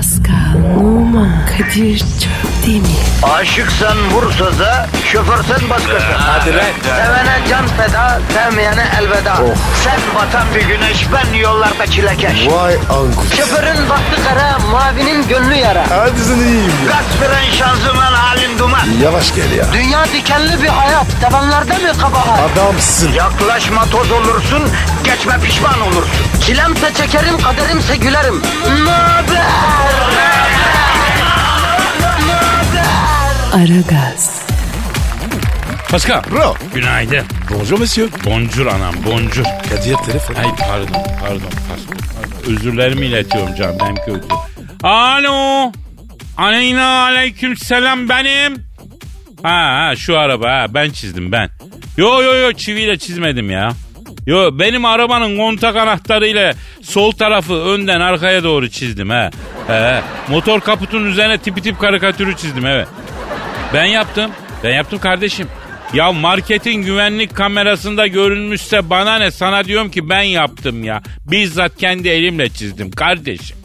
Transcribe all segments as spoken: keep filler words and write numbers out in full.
Pascal, Oman, Kadir çok değil mi? Aşıksan vursa da, şoförsen başkasın. Hadi lan. Sevene can feda, sevmeyene elveda. Oh. Sen batan bir güneş, ben yollarda çilekeş. Vay anku. Şoförün baktı kara, mavinin gönlü yara. Hadi sen iyiyim ya. Kasperen şanzıman halin duman. Yavaş gel ya. Dünya dikenli bir hayat, sevenlerde mi kabahar? Adamsın. Yaklaşma toz olursun, geçme pişman olursun. Çilemse çekerim, kaderimse gülerim. Möber! Aragaz, Pascal. Bro. Günaydın. Bonjour monsieur. Boncuk anam, boncuk. Kadir telefon. Ay pardon, pardon Pascal. Pardon. Özürlerimi iletiyorum canım, benimki özür. Alo. Aleyna aleyküm selam benim. Ha, ha şu araba ha, ben çizdim ben. Yo yo yo çiviyle çizmedim ya. Yo benim arabanın kontak anahtarıyla sol tarafı önden arkaya doğru çizdim ha. He, motor kaputun üzerine tipi tip karikatürü çizdim evet. Ben yaptım. Ben yaptım kardeşim. Ya marketin güvenlik kamerasında görünmüşse bana ne, sana diyorum ki ben yaptım ya. Bizzat kendi elimle çizdim kardeşim.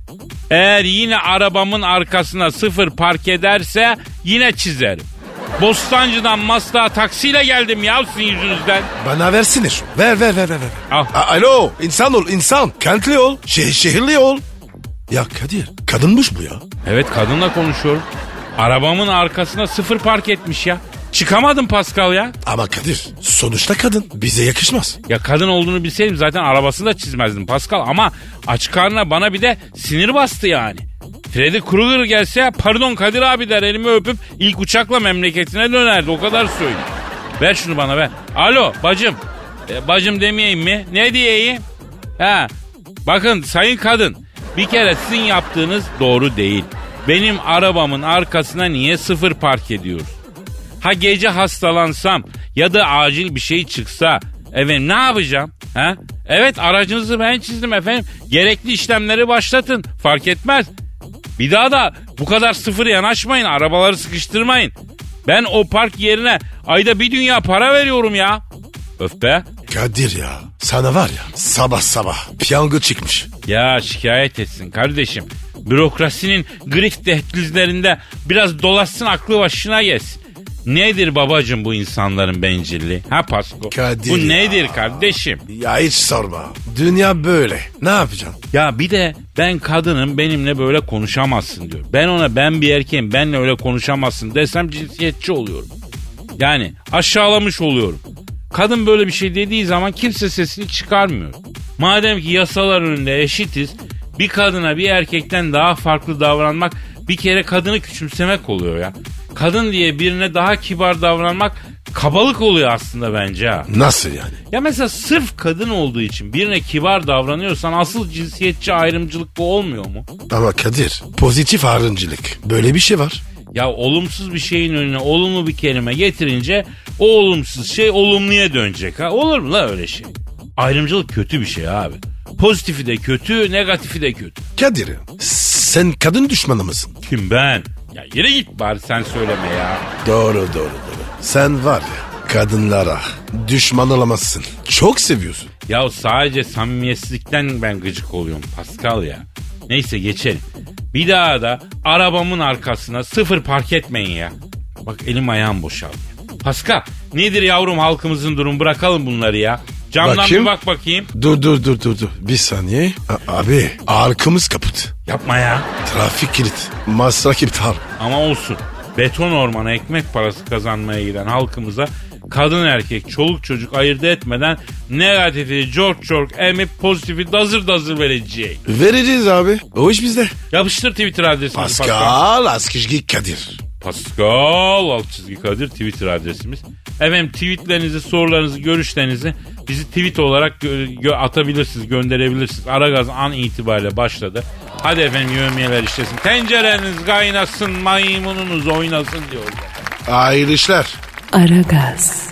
Eğer yine arabamın arkasına sıfır park ederse yine çizerim. Bostancı'dan Maslak'a taksiyle geldim ya sizin yüzünüzden. Bana versene şu. Ver ver ver ver. ver. Al. A- Alo insan ol insan. Kentli ol. Şeh- şehirli ol. Ya Kadir kadınmış bu ya. Evet kadınla konuşuyorum. Arabamın arkasına sıfır park etmiş ya. Çıkamadım Pascal ya. Ama Kadir sonuçta kadın. Bize yakışmaz. Ya kadın olduğunu bilseydim zaten arabasını da çizmezdim Pascal. Ama aç karnına bana bir de sinir bastı yani. Freddy Krueger gelse pardon Kadir abi der, elimi öpüp ilk uçakla memleketine dönerdi, o kadar söyleyeyim. Ver şunu bana ver. Alo bacım. E, bacım demeyeyim mi? Ne diyeyim? Ha. Bakın sayın kadın, bir kere sizin yaptığınız doğru değil. Benim arabamın arkasına niye sıfır park ediyoruz? Ha gece hastalansam ya da acil bir şey çıksa efendim ne yapacağım? Ha? Evet aracınızı ben çizdim efendim. Gerekli işlemleri başlatın. Fark etmez. Bir daha da bu kadar sıfır yanaşmayın. Arabaları sıkıştırmayın. Ben o park yerine ayda bir dünya para veriyorum ya. Öf be. Kadir ya sana var ya sabah sabah piyango çıkmış. Ya şikayet etsin kardeşim. Bürokrasinin grift dehlizlerinde biraz dolaşsın, aklı başına gelsin. Nedir babacığım bu insanların bencilliği? Ha Pasko? Kadir Bu ya. nedir kardeşim? Ya hiç sorma. Dünya böyle. Ne yapacaksın? Ya bir de ben kadınım, benimle böyle konuşamazsın diyor. Ben ona ben bir erkeğim, benimle öyle konuşamazsın desem cinsiyetçi oluyorum. Yani aşağılamış oluyorum. Kadın böyle bir şey dediği zaman kimse sesini çıkarmıyor. Madem ki yasalar önünde eşitiz, bir kadına bir erkekten daha farklı davranmak bir kere kadını küçümsemek oluyor ya. Kadın diye birine daha kibar davranmak kabalık oluyor aslında bence ha. Nasıl yani? Ya mesela sırf kadın olduğu için birine kibar davranıyorsan asıl cinsiyetçi ayrımcılık bu olmuyor mu? Ama Kadir pozitif ayrımcılık. Böyle bir şey var. Ya olumsuz bir şeyin önüne olumlu bir kelime getirince o olumsuz şey olumluya dönecek ha. Olur mu la öyle şey? Ayrımcılık kötü bir şey abi. Pozitifi de kötü, negatifi de kötü. Kadir sen kadın düşmanı mısın? Kim ben? Ya yere git bari sen söyleme ya. Doğru doğru doğru. Sen var ya kadınlara düşman olamazsın. Çok seviyorsun. Ya sadece samimiyetsizlikten ben gıcık oluyorum Pascal ya. Neyse geçelim. Bir daha da arabamın arkasına sıfır park etmeyin ya. Bak elim ayağım boşaldı. Pascal nedir yavrum halkımızın durumu, bırakalım bunları ya. Camdan Bakayım. bir bak bakayım. Dur dur dur dur dur. Bir saniye. A- abi arkamız kaput. Yapma ya. Trafik kilit. Masraf iptal. Ama olsun. Beton ormana ekmek parası kazanmaya giden halkımıza kadın erkek çoluk çocuk ayırt etmeden negatifi çok çok emip pozitifi dazır dazır vereceğiz. Vereceğiz abi. O iş bizde. Yapıştır Twitter adresimizi Pascal. Pascal Askışgi Kadir. Pascal alt çizgi Kadir Twitter adresimiz. Efendim tweetlerinizi, sorularınızı, görüşlerinizi bizi tweet olarak gö- gö- atabilirsiniz, gönderebilirsiniz. Aragaz an itibariyle başladı. Hadi efendim yövmiyeler işlesin. Tencereniz kaynasın, maymununuz oynasın diyorlar. Hayırlı işler. Aragaz.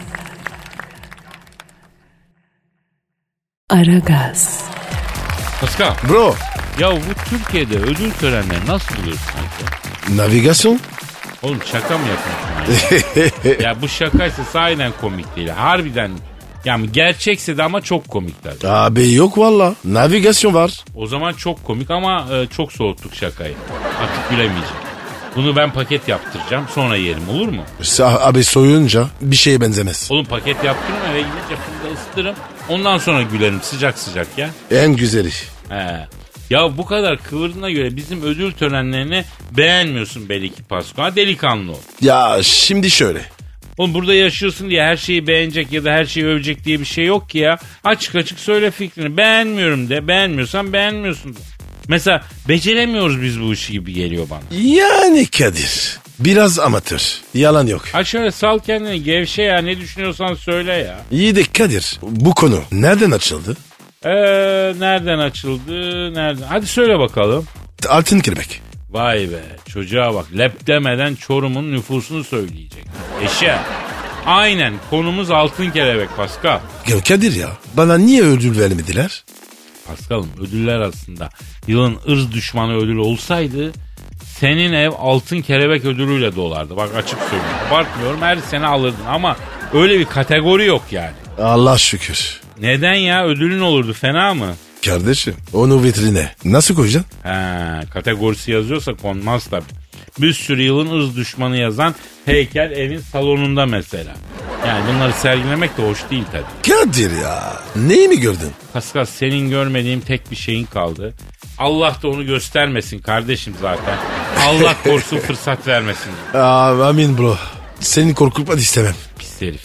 Aragaz. Pascal, Bro. ya bu Türkiye'de ödül törenleri nasıl buluyorsun sen? Navigasyon. Oğlum şaka mı yapıyorsun ya? Ya bu şakaysa sahiden komik değil. Harbiden Yani gerçekse de ama çok komik tabii. Abi yok valla. Navigasyon var. O zaman çok komik ama e, çok soğuttuk şakayı. Artık gülemeyeceğim. Bunu ben paket yaptıracağım sonra yiyelim, olur mu? Abi soyunca bir şeye benzemez. Oğlum paket yaptırırım, eve gidince fırında ısıtırım. Ondan sonra gülerim sıcak sıcak ya. En güzeli. He. Ya bu kadar kıvırdığına göre bizim ödül törenlerini beğenmiyorsun belli ki Pasko. Ha, delikanlı ol. Ya şimdi şöyle. Oğlum burada yaşıyorsun diye her şeyi beğenecek ya da her şeyi övecek diye bir şey yok ki ya. Açık açık söyle fikrini. Beğenmiyorum de. Beğenmiyorsan beğenmiyorsun de. Mesela beceremiyoruz biz bu işi gibi geliyor bana. Yani Kadir. Biraz amatör. Yalan yok. Ha şöyle sal kendini, gevşe ya, ne düşünüyorsan söyle ya. İyi de Kadir, bu konu nereden açıldı? Eee nereden açıldı? Nereden? Hadi söyle bakalım. Altın kelebek. Vay be, çocuğa bak, lep demeden Çorum'un nüfusunu söyleyecek. Eşe. Aynen, konumuz altın kelebek Pascal. Ya Kadir ya, bana niye ödül vermediler? Pascal'ım, ödüller aslında yılın ırz düşmanı ödülü olsaydı senin ev altın kelebek ödülüyle dolardı. Bak açık söylüyorum, abartmıyorum, her sene alırdın ama öyle bir kategori yok yani. Allah şükür. Neden ya, ödülün olurdu, fena mı? Kardeşim onu vitrine nasıl koyacaksın? He, kategorisi yazıyorsa konmaz tabii. Bir sürü yılın ırz düşmanı yazan heykel evin salonunda mesela. Yani bunları sergilemek de hoş değil tabii. Kadir ya, neyi mi gördün? Pascal, senin görmediğim tek bir şeyin kaldı. Allah da onu göstermesin kardeşim zaten. Allah korusun, fırsat vermesin. Aa, amin bro. Seni korkutmak istemem. Pis herif.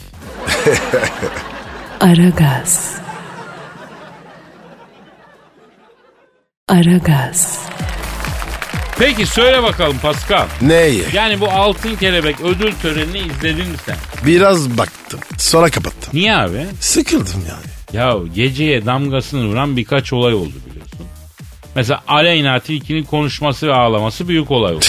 Aragaz. Aragaz. Peki söyle bakalım Pascal. Neyi? Yani bu altın kelebek ödül törenini izledin mi sen? Biraz baktım. Sonra kapattım. Niye abi? Sıkıldım yani. Ya geceye damgasını vuran birkaç olay oldu biliyorsun. Mesela Aleyna Tilki'nin konuşması ve ağlaması büyük olay oldu.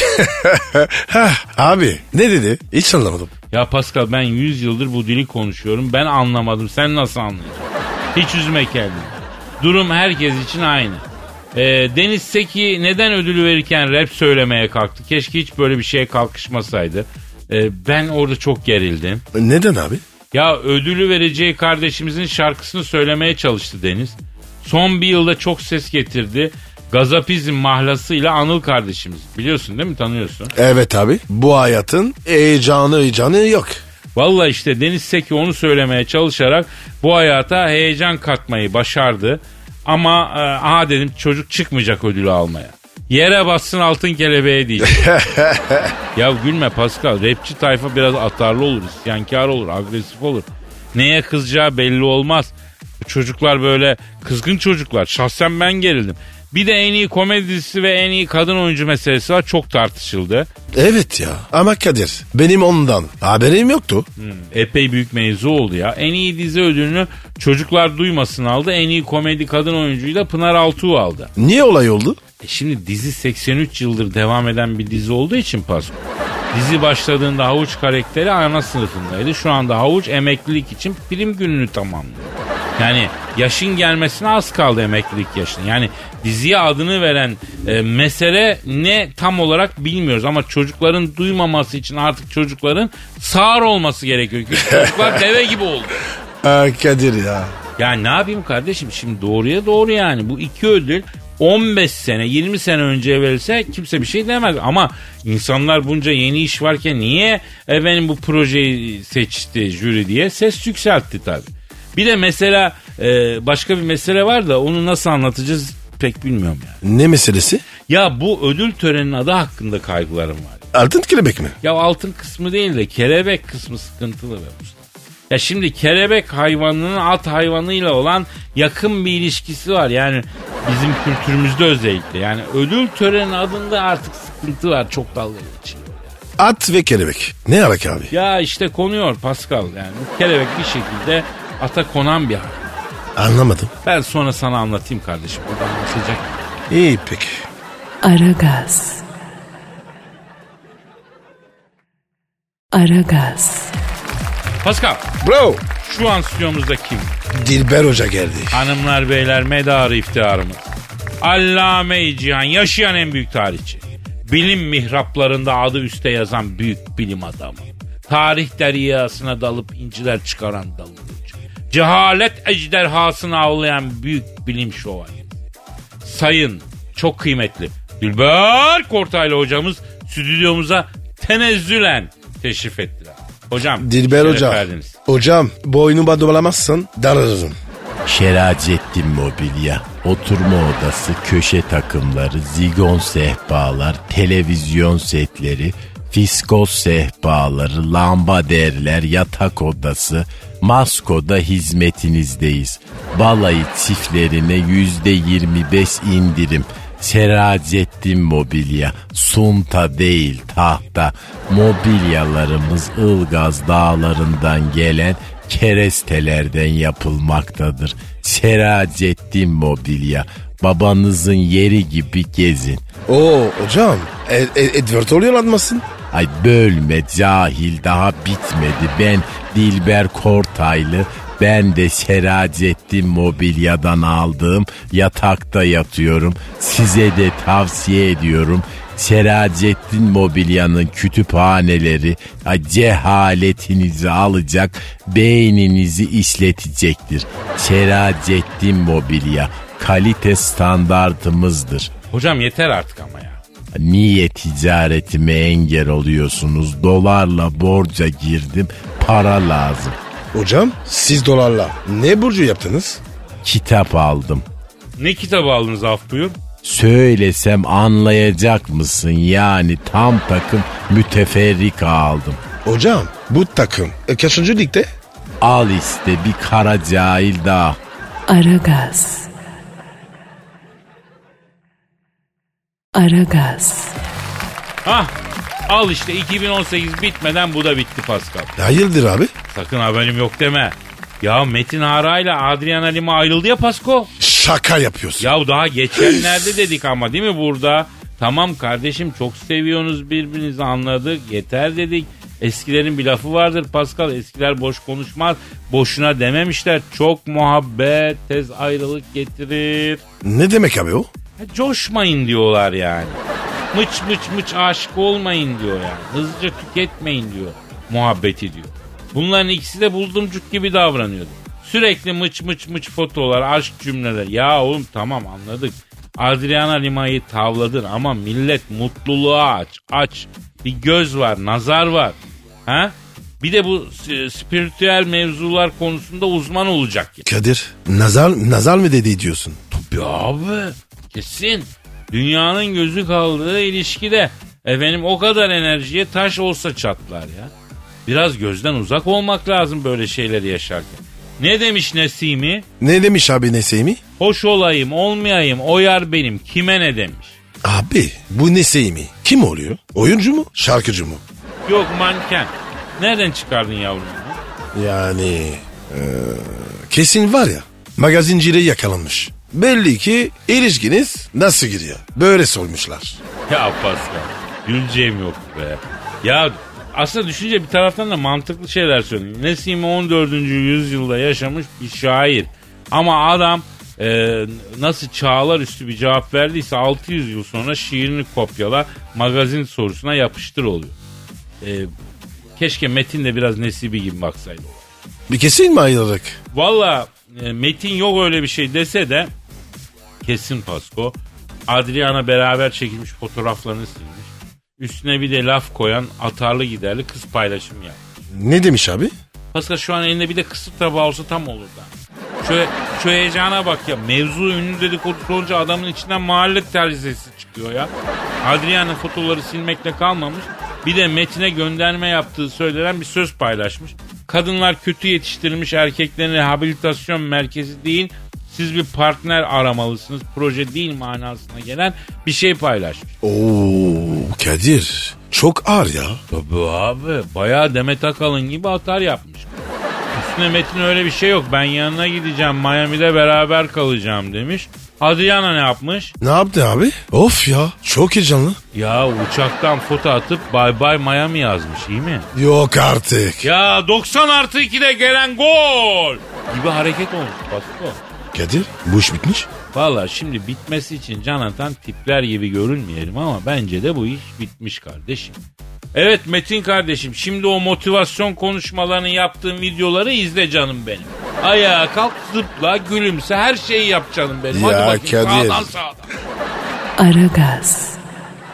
Hah, abi ne dedi? Hiç anlamadım. Ya Pascal, ben yüz yıldır bu dili konuşuyorum. Ben anlamadım. Sen nasıl anlayacaksın? Hiç üzme kendini. Durum herkes için aynı. Ee, Deniz Seki neden ödülü verirken rap söylemeye kalktı? Keşke hiç böyle bir şeye kalkışmasaydı. Ee, ben orada çok gerildim. Neden abi? Ya ödülü vereceği kardeşimizin şarkısını söylemeye çalıştı Deniz. Son bir yılda çok ses getirdi. Gazapizm mahlasıyla Anıl kardeşimiz. Biliyorsun değil mi? Tanıyorsun. Evet abi. Bu hayatın heyecanı heyecanı yok. Vallahi işte Deniz Seki onu söylemeye çalışarak bu hayata heyecan katmayı başardı. Ama e, aha dedim, çocuk çıkmayacak ödülü almaya. Yere bassın altın kelebeğe değil. Ya gülme Pascal. Rapçi tayfa biraz atarlı olur, isyankar olur, agresif olur. Neye kızacağı belli olmaz. Bu çocuklar böyle kızgın çocuklar. Şahsen ben gerildim. Bir de en iyi komedi dizisi ve en iyi kadın oyuncu meselesi var. Çok tartışıldı. Evet ya. Ama Kadir, benim ondan haberim yoktu. Hmm, epey büyük mevzu oldu ya. En iyi dizi ödülünü Çocuklar Duymasın aldı. En iyi komedi kadın oyuncuyu da Pınar Altuğ aldı. Niye olay oldu? E şimdi dizi seksen üç yıldır devam eden bir dizi olduğu için Pasko. Dizi başladığında Havuç karakteri ana sınıfındaydı. Şu anda Havuç emeklilik için prim gününü tamamlıyor. Yani yaşın gelmesine az kaldı, emeklilik yaşına. Yani diziye adını veren e, mesele ne tam olarak bilmiyoruz. Ama çocukların duymaması için artık çocukların sağır olması gerekiyor. Çünkü çocuklar deve gibi oldu. Aa, Kadir ya. Ya ne yapayım kardeşim, şimdi doğruya doğru yani. Bu iki ödül on beş sene yirmi sene önce verilse kimse bir şey demez. Ama insanlar bunca yeni iş varken niye efendim bu projeyi seçti jüri diye ses yükseltti tabii. Bir de mesela e, başka bir mesele var da onu nasıl anlatacağız pek bilmiyorum yani. Ne meselesi? Ya bu ödül töreninin adı hakkında kaygılarım var. Altın kelebek mi? Ya altın kısmı değil de kelebek kısmı sıkıntılı be usta. Ya şimdi kelebek hayvanının at hayvanıyla olan yakın bir ilişkisi var. Yani bizim kültürümüzde özellikle. Yani ödül töreni adında artık sıkıntı var. Çok dalga geçiyor. At ve kelebek. Ne alaka abi? Ya işte konuyor Pascal. Yani bu kelebek bir şekilde ata konan bir hayvan. Anlamadım. Ben sonra sana anlatayım kardeşim. Burada anlatacak. İyi peki. Aragaz. Aragaz. Pascal, Bro. şu an stüdyomuzda kim? Dilber Hoca geldi. Hanımlar beyler, medarı iftiharımız. Allame-i Cihan, yaşayan en büyük tarihçi. Bilim mihraplarında adı üste yazan büyük bilim adamı. Tarih deryasına dalıp inciler çıkaran dalgıç. cehalet ejderhasını avlayan büyük bilim şövalyesi. Sayın çok kıymetli Dilber Kortaylı hocamız stüdyomuza tenezzülen teşrif ettiler. Hocam. Dilber hocam. Verdiniz. Hocam boynuma dolamazsan dararırım. Şeracettin Mobilya, oturma odası, köşe takımları, zigon sehpalar, televizyon setleri, fiskos sehpaları, lambaderler, yatak odası, Masko'da hizmetinizdeyiz. Balayı çiftlerine yüzde yirmi beş indirim. Şeracettin Mobilya, sunta değil tahta. Mobilyalarımız Ilgaz dağlarından gelen kerestelerden yapılmaktadır. Şeracettin Mobilya, babanızın yeri gibi gezin. Oo hocam, Ed- Ed- Edward oluyor lanmasın. Ay bölme cahil, daha bitmedi. Ben Dilber Kortaylı, ben de Şeracettin Mobilya'dan aldığım yatakta yatıyorum. Size de tavsiye ediyorum. Şeracettin Mobilya'nın kütüphaneleri cehaletinizi alacak, beyninizi işletecektir. Şeracettin Mobilya kalite standartımızdır. Hocam yeter artık ama ya. Niye ticaretime engel oluyorsunuz? Dolarla borca girdim, para lazım. Hocam siz dolarla ne burcu yaptınız? Kitap aldım. Ne kitabı aldınız af buyur? Söylesem anlayacak mısın? Yani tam takım müteferrika aldım. Hocam bu takım e, kaçıncı ligde? Al işte bir kara cahil daha. Aragaz. Aragaz. Hah al işte iki bin on sekiz bitmeden bu da bitti Pascal. Hayırdır abi? Sakın haberim yok deme. Ya Metin Hara ile Adriana Lima ayrıldı ya Pasko. Şaka yapıyorsun. Ya daha geçenlerde dedik ama değil mi burada? Tamam kardeşim çok seviyorsunuz birbirinizi anladık yeter dedik. Eskilerin bir lafı vardır Pascal, eskiler boş konuşmaz. Boşuna dememişler, çok muhabbet tez ayrılık getirir. Ne demek abi o? Ha, coşmayın diyorlar yani. Mıç mıç mıç aşık olmayın diyor yani. Hızlıca tüketmeyin diyor muhabbeti diyor. Bunların ikisi de buldumcuk gibi davranıyordu. Sürekli mıç mıç mıç fotolar, aşk cümleler. Ya oğlum tamam anladık. Adriana Lima'yı tavladın ama millet mutluluğa aç. Aç. Bir göz var, nazar var. Ha? Bir de bu spiritüel mevzular konusunda uzman olacak. Kadir, nazar, nazar mı dedi diyorsun? Tabii abi. Kesin. Dünyanın gözü kaldığı ilişkide efendim o kadar enerjiye taş olsa çatlar ya. Biraz gözden uzak olmak lazım böyle şeyleri yaşarken. Ne demiş Nesimi? Ne demiş abi Nesimi? Hoş olayım olmayayım o yar benim kime ne demiş? Abi bu Nesimi kim oluyor? Oyuncu mu? Şarkıcı mı? Yok manken. Nereden çıkardın yavrum? Yani ee, kesin var ya magazinciyle yakalanmış. Belli ki ilişkiniz nasıl giriyor? Böyle sormuşlar. Ya Pascal güleceğim yok be. Ya aslında düşünce bir taraftan da mantıklı şeyler söylüyor. Nesimi on dördüncü yüzyılda yaşamış bir şair. Ama adam e, nasıl çağlar üstü bir cevap verdiyse altı yüz yıl sonra şiirini kopyala magazin sorusuna yapıştır oluyor. E, keşke Metin de biraz Nesibi gibi baksaydı. Bir kesin mi ayrılık? Valla e, Metin yok öyle bir şey dese de kesin Pasko. Adriana beraber çekilmiş fotoğraflarını silmiş. Üstüne bir de laf koyan atarlı giderli kız paylaşım yapmış. Ne demiş abi? Pascal şu an elinde bir de kısır tabağı olsa tam olur da. Şöyle, şu heyecana bak ya. Mevzu ünlü dedikodusu olunca adamın içinden mahalle terzisi çıkıyor ya. Adriana fotoğrafları silmekle kalmamış. Bir de Metin'e gönderme yaptığı söylenen bir söz paylaşmış. Kadınlar kötü yetiştirilmiş erkeklerin rehabilitasyon merkezi değil, siz bir partner aramalısınız, proje değil manasına gelen bir şey paylaşmış. Oo Kadir çok ağır ya. Tabii abi bayağı Demet Akalın gibi atar yapmış. Üstüne Metin öyle bir şey yok, ben yanına gideceğim Miami'de beraber kalacağım demiş. Adriana ne yapmış? Ne yaptı abi? Of ya çok heyecanlı. Ya uçaktan foto atıp bye bye Miami yazmış, iyi mi? Yok artık. Ya doksan artı ikide gelen gol gibi hareket olmuş Pasko. Kadir bu iş bitmiş. Valla şimdi bitmesi için can atan tipler gibi görünmeyelim ama bence de bu iş bitmiş kardeşim. Evet Metin kardeşim, şimdi o motivasyon konuşmalarını yaptığım videoları izle canım benim. Ayağa kalk, zıpla, gülümse, her şeyi yap canım benim. Ya Hadi bakayım Kadir. sağdan sağdan. Aragaz.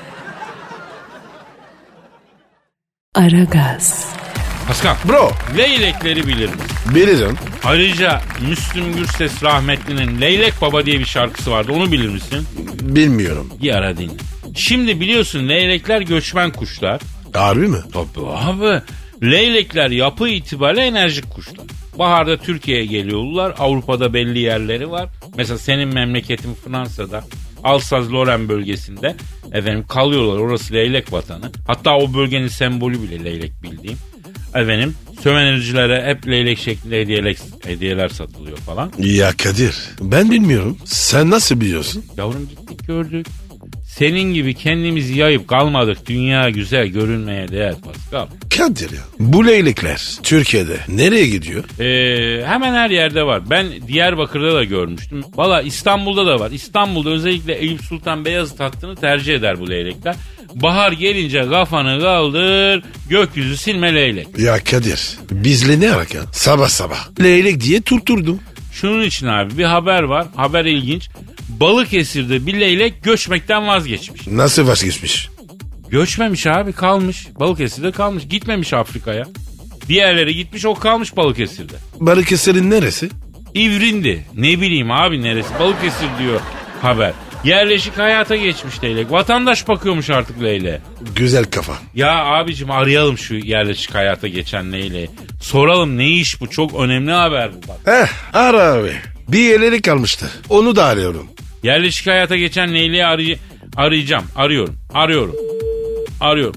Aragaz. Pascal, Bro. leylekleri bilir misin? Bilirim. Ayrıca Müslüm Gürses rahmetlinin Leylek Baba diye bir şarkısı vardı. Onu bilir misin? Bilmiyorum. Bir ara dinle. Şimdi biliyorsun leylekler göçmen kuşlar. Harbi mi? Tabii abi. Leylekler yapı itibariyle enerjik kuşlar. Baharda Türkiye'ye geliyorlar. Avrupa'da belli yerleri var. Mesela senin memleketin Fransa'da. Alsaz-Lorraine bölgesinde efendim kalıyorlar. Orası leylek vatanı. Hatta o bölgenin sembolü bile leylek bildiğim. Efendim sömenericilere hep leylek şeklinde hediyeler, hediyeler satılıyor falan. Ya Kadir, ben bilmiyorum. Sen nasıl biliyorsun? Yavrum gittik gördük. Senin gibi kendimizi yayıp kalmadık. Dünya güzel, görünmeye değer Pascal. Kadir ya. Bu leylekler Türkiye'de nereye gidiyor? Ee, hemen her yerde var. Ben Diyarbakır'da da görmüştüm. Valla İstanbul'da da var. İstanbul'da özellikle Eyüp Sultan Beyazıt hattını tercih eder bu leylekler. Bahar gelince kafanı kaldır, gökyüzü silme leylek. Ya Kadir, bizle ne alaka? Sabah sabah leylek diye tuturdum. Şunun için abi bir haber var. Haber ilginç. Balıkesir'de bir leylek göçmekten vazgeçmiş. Nasıl vazgeçmiş? Göçmemiş abi, kalmış. Balıkesir'de kalmış. Gitmemiş Afrika'ya. Diğerleri gitmiş, o kalmış Balıkesir'de. Balıkesir'in neresi? İvrindi. Ne bileyim abi neresi? Balıkesir diyor haber. Yerleşik hayata geçmiş leylek. Vatandaş bakıyormuş artık leyleğe. Güzel kafa. Ya abicim arayalım şu yerleşik hayata geçen leyleği. Soralım ne iş bu? Çok önemli haber bu bak. Eh ara abi. Bir yerleri kalmıştı. Onu da arıyorum. Yerleşik hayata geçen leyleği aray- arayacağım. Arıyorum. Arıyorum. Arıyorum.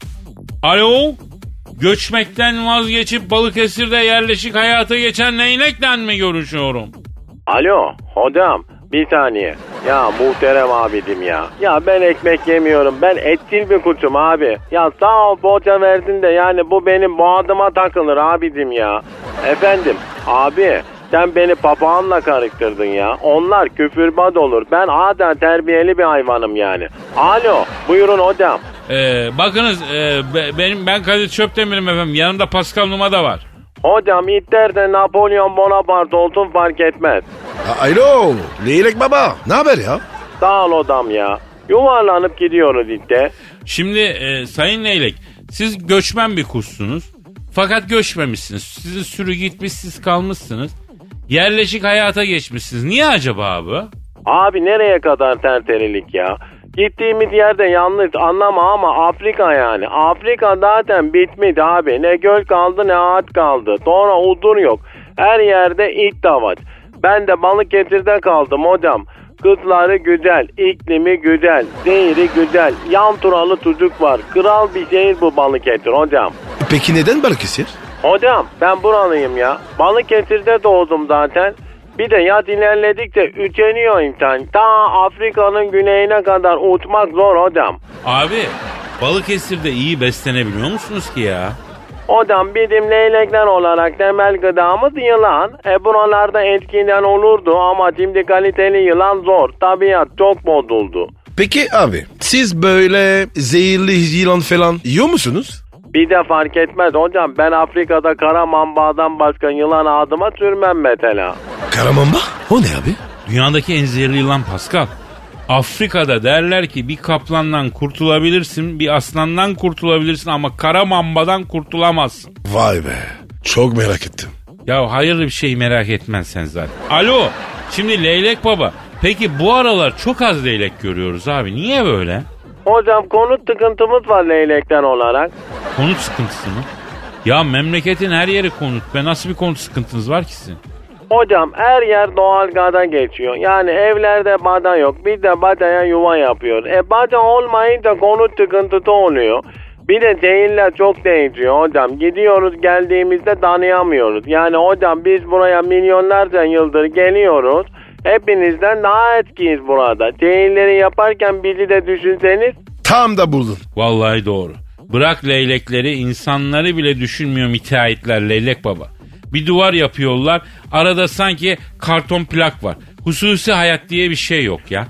Alo? Göçmekten vazgeçip Balıkesir'de yerleşik hayata geçen leylekle mi görüşüyorum? Alo hocam bir saniye. Ya muhterem abidim ya. Ya ben ekmek yemiyorum. Ben etçil bir kuşum abi. Ya sağ ol poğaça verdin de yani bu benim boğazıma takılır abidim ya. Efendim abi sen beni papağanla karıştırdın ya. Onlar küfürbaz olur. Ben adeta terbiyeli bir hayvanım yani. Alo buyurun hocam. Ee, bakınız e, be, benim ben Kadir Çöpdemir'im efendim. Yanımda Pascal Numa da var. Hocam Hitler de Napolyon Bonaparte olsun fark etmez. A- Alo leylek baba ne haber ya? Sağ ol odam ya. Yuvarlanıp gidiyoruz işte. Şimdi e, Sayın Leylek siz göçmen bir kuşsunuz. Fakat göçmemişsiniz. Sizin sürü gitmiş siz kalmışsınız. Yerleşik hayata geçmişsiniz. Niye acaba abi? Abi nereye kadar terterilik ya? Gittiğimiz yerde yanlış anlama ama Afrika yani. Afrika zaten bitmiş abi. Ne göl kaldı ne ağaç kaldı. Sonra udur yok. Her yerde ilk davat. Ben de Balıkesir'de kaldım hocam. Kızları güzel, iklimi güzel, seyri güzel. Yan turalı çocuk var. Kral bir şehir bu Balıkesir hocam. Peki neden Balıkesir? Hocam ben buralıyım ya. Balıkesir'de doğdum zaten. Bir de yaz ilerledikçe üşeniyor insan. Ta Afrika'nın güneyine kadar uçmak zor hocam. Abi Balıkesir'de iyi beslenebiliyor musunuz ki ya? Hocam bizim leylekler olarak temel gıdamız yılan. E buralarda eskiden olurdu ama şimdi kaliteli yılan zor. Tabiat çok bozuldu. Peki abi siz böyle zehirli yılan falan yiyor musunuz? Bir de fark etmez hocam. Ben Afrika'da kara mambağdan başka yılan adıma sürmem mesela. Karamamba? O ne abi? Dünyadaki en zehirli yılan Pascal. Afrika'da derler ki bir kaplandan kurtulabilirsin, bir aslandan kurtulabilirsin ama kara mambadan kurtulamazsın. Vay be. Çok merak ettim. Ya hayırlı bir şey merak etmen sen zaten. Alo, şimdi Leylek Baba. Peki bu aralar çok az leylek görüyoruz abi. Niye böyle? Hocam konut sıkıntımız var leylekler olarak. Konut sıkıntısı mı? Ya memleketin her yeri konut. Be nasıl bir konut sıkıntınız var ki sizin? Hocam her yer doğalgazdan geçiyor. Yani evlerde bada yok. Bir de badaya yuva yapıyor. E bada olmayınca konut sıkıntısı oluyor. Bir de zehirler çok değişiyor hocam. Gidiyoruz geldiğimizde tanıyamıyoruz. Yani hocam biz buraya milyonlarca yıldır geliyoruz. Hepinizden daha etkiyiz burada. Zehirleri yaparken bizi de düşünseniz. Tam da buldun. Vallahi doğru. Bırak leylekleri, insanları bile düşünmüyor müteahhitler Leylek Baba. Bir duvar yapıyorlar. Arada sanki karton plak var. Hususi hayat diye bir şey yok ya.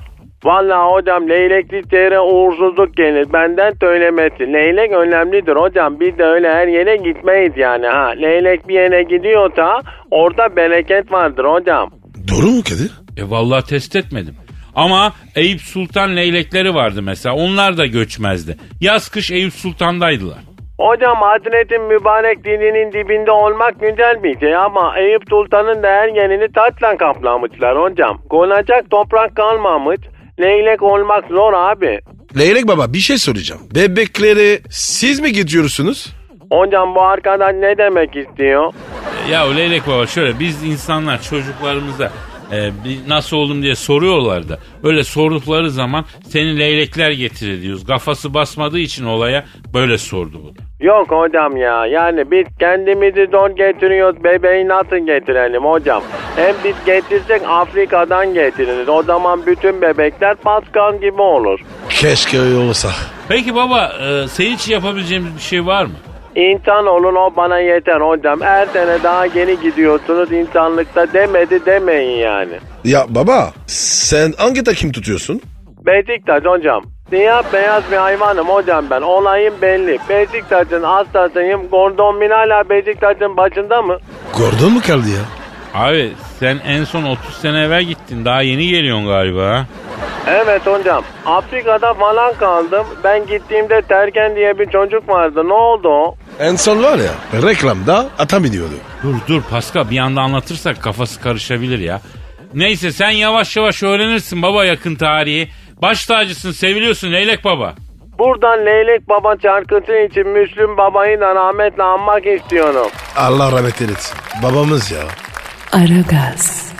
Vallahi hocam leylekli yere uğursuzluk gelir. Benden söylemesi. Leylek önemlidir hocam. Biz de öyle her yere gitmeyiz yani. Ha, leylek bir yere gidiyorsa orada bereket vardır hocam. Doğru mu Kadir? E vallahi test etmedim. Ama Eyüp Sultan leylekleri vardı mesela. Onlar da göçmezdi. Yaz kış Eyüp Sultan'daydılar. Hocam Hazreti Mübarek dininin dibinde olmak güzel bir şey ama Eyüp Sultan'ın da her yerini taçla kaplamışlar hocam. Konacak toprak kalmamış. Leylek olmak zor abi. Leylek baba bir şey soracağım. Bebekleri siz mi gidiyorsunuz? Hocam bu arkadaş ne demek istiyor? Ya leylek baba şöyle, biz insanlar çocuklarımıza e, bir nasıl oldum diye soruyorlar da öyle sordukları zaman seni leylekler getirir diyoruz. Kafası basmadığı için olaya böyle sordu bu. Yok hocam ya, yani biz kendimizi zor getiriyoruz, bebeği nasıl getirelim hocam? Hem biz getirsek Afrika'dan getiririz, o zaman bütün bebekler Pascal gibi olur. Keşke öyle olsa. Peki baba e, senin için yapabileceğimiz bir şey var mı? İnsan olun, o bana yeter hocam. Her sene daha geri gidiyorsunuz insanlıkta, demedi demeyin yani. Ya baba sen hangi takım tutuyorsun? Beşiktaş hocam. Siyah beyaz bir hayvanım hocam ben. Olayım belli. Beşiktaş'ın hastasıyım. Gordon Bin hala Beşiktaş'ın başında mı? Gordon mu kaldı ya? Abi sen en son otuz sene evvel gittin. Daha yeni geliyorsun galiba ha? Evet hocam. Afrika'da falan kaldım. Ben gittiğimde Terken diye bir çocuk vardı. Ne oldu o? En son var ya reklamda ata biniyordu. Dur dur Pascal, bir anda anlatırsak kafası karışabilir ya. Neyse sen yavaş yavaş öğrenirsin baba yakın tarihi. Baş tacısın, seviliyorsun Leylek Baba. Buradan Leylek Baba şarkısı için Müslüm Baba'yı da rahmetle anmak istiyorum. Allah rahmet eylesin. Babamız ya. Aragaz.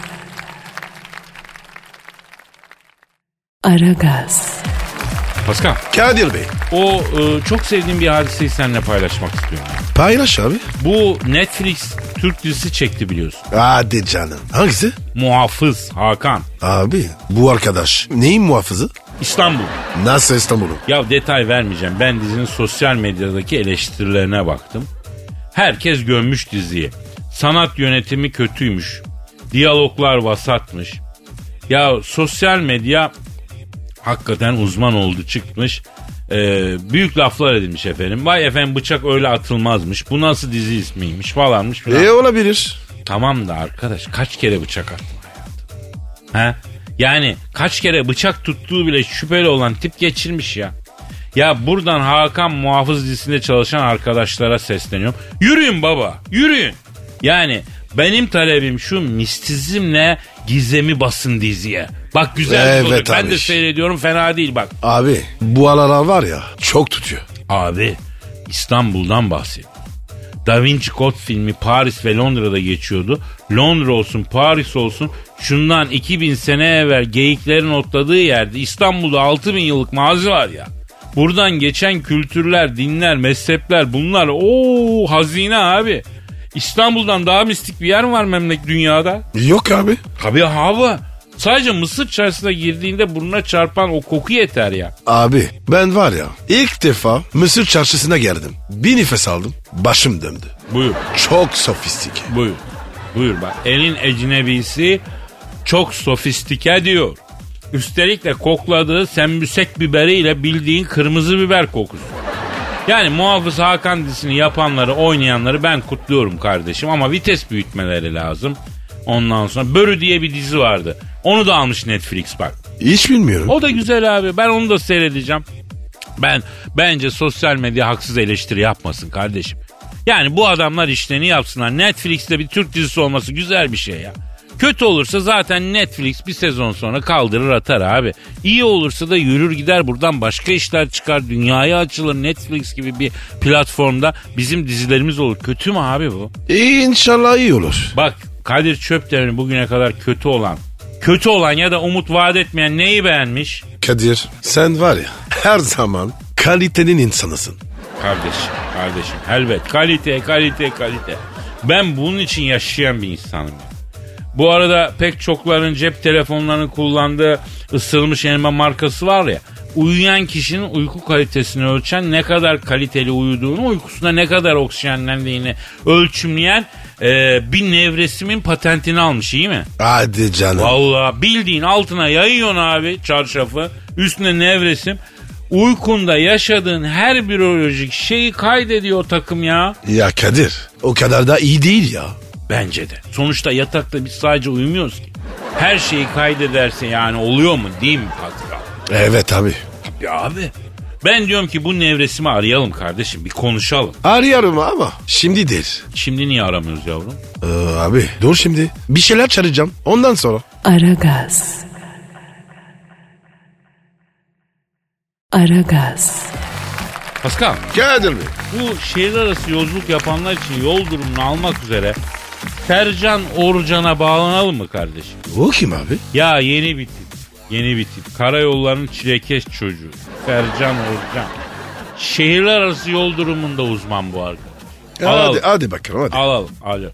Aragaz. Pascal. Kadir Bey. O e, çok sevdiğim bir hadiseyi seninle paylaşmak istiyorum. Paylaş abi. Bu Netflix Türk dizisi çekti biliyorsun. Hadi canım. Hangisi? Muhafız Hakan. Abi bu arkadaş neyin muhafızı? İstanbul. Nasıl İstanbul'u? Ya detay vermeyeceğim. Ben dizinin sosyal medyadaki eleştirilerine baktım. Herkes gömmüş diziyi. Sanat yönetimi kötüymüş. Diyaloglar vasatmış. Ya sosyal medya hakikaten uzman oldu çıkmış. Ee, büyük laflar edilmiş efendim. Vay efendim bıçak öyle atılmazmış. Bu nasıl dizi ismiymiş falanmış falan. E olabilir. Tamam da arkadaş kaç kere bıçak attın hayatım? He? Yani kaç kere bıçak tuttuğu bile şüpheli olan tip geçirmiş ya. Ya buradan Hakan Muhafız dizisinde çalışan arkadaşlara sesleniyorum. Yürüyün baba, yürüyün. Yani benim talebim şu, mistizmle gizemi basın diziye. Bak güzel evet, bir olur. Ben abi. de seyrediyorum, fena değil bak. Abi bu aralar var ya çok tutuyor. Abi İstanbul'dan bahsediyorum. Da Vinci Code filmi Paris ve Londra'da geçiyordu. Londra olsun Paris olsun, şundan iki bin sene evvel geyiklerin otladığı yerde İstanbul'da altı bin yıllık mazi var ya. Buradan geçen kültürler, dinler, mezhepler, bunlar ooo hazine abi. İstanbul'dan daha mistik bir yer mi var memleket dünyada? Yok abi. Tabii hava. Sadece Mısır çarşısına girdiğinde burnuna çarpan o koku yeter ya. Abi ben var ya ilk defa Mısır çarşısına geldim. Bir nefes aldım, başım döndü. Buyur. Çok sofistike. Buyur. Buyur bak. Elin ecnebisi çok sofistike diyor. Üstelik de kokladığı sembüsek biberiyle bildiğin kırmızı biber kokusu. Yani Muhafız Hakan dizisini yapanları, oynayanları ben kutluyorum kardeşim ama vites büyütmeleri lazım. Ondan sonra Börü diye bir dizi vardı. Onu da almış Netflix bak. Hiç bilmiyorum. O da güzel abi. Ben onu da seyredeceğim. Ben bence sosyal medya haksız eleştiri yapmasın kardeşim. Yani bu adamlar işlerini yapsınlar. Netflix'te bir Türk dizisi olması güzel bir şey ya. Kötü olursa zaten Netflix bir sezon sonra kaldırır atar abi. İyi olursa da yürür gider, buradan başka işler çıkar. Dünyaya açılır, Netflix gibi bir platformda bizim dizilerimiz olur. Kötü mü abi bu? İyi, inşallah iyi olur. Bak Kadir Çöpdemir'in bugüne kadar kötü olan, kötü olan ya da umut vaat etmeyen neyi beğenmiş? Kadir sen var ya her zaman kalitenin insanısın. Kardeşim, kardeşim elbet kalite, kalite, kalite. Ben bunun için yaşayan bir insanım. Bu arada pek çokların cep telefonlarını kullandığı ısırılmış elma markası var ya. Uyuyan kişinin uyku kalitesini ölçen, ne kadar kaliteli uyuduğunu, uykusunda ne kadar oksijenlendiğini ölçümleyen e, bir nevresimin patentini almış, iyi mi? Hadi canım. Vallahi bildiğin altına yayıyorsun abi çarşafı. Üstüne nevresim. Uykunda yaşadığın her biyolojik şeyi kaydediyor o takım ya. Ya Kadir, o kadar da iyi değil ya. Bence de. Sonuçta yatakta biz sadece uyumuyoruz ki. Her şeyi kaydederse yani oluyor mu değil mi Pascal? Evet abi. Ya abi. Ben diyorum ki bu nevresimi arayalım kardeşim, bir konuşalım. Arıyorum ama şimdi değil. Şimdi niye aramıyoruz yavrum? Ee, abi dur şimdi. Bir şeyler çağıracağım ondan sonra. Aragaz. Aragaz. Pascal, Kadir Bey. bu şehir arası yolculuk yapanlar için yol durumunu almak üzere Sercan Orcan'a bağlanalım mı kardeşim? O kim abi? Ya yeni bir tip. Yeni bir tip. Karayollarının çilekeş çocuğu. Sercan Orcan. Şehirler arası yol durumunda uzman bu arkadaş. Hadi, hadi bakalım hadi. Alalım. Alo.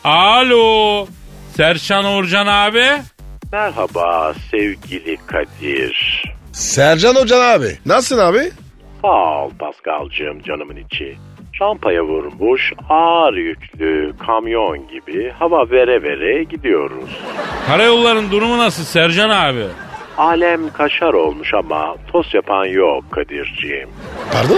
Alo. Sercan Orcan abi. Merhaba sevgili Kadir. Sercan Hocan abi. Nasılsın abi? Sağ ol Paskal'cığım, canımın içi. Şampaya vurmuş ağır yüklü kamyon gibi hava vere vere gidiyoruz. Karayolların durumu nasıl Sercan abi? Alem kaşar olmuş ama toz yapan yok Kadir'ciğim. Pardon?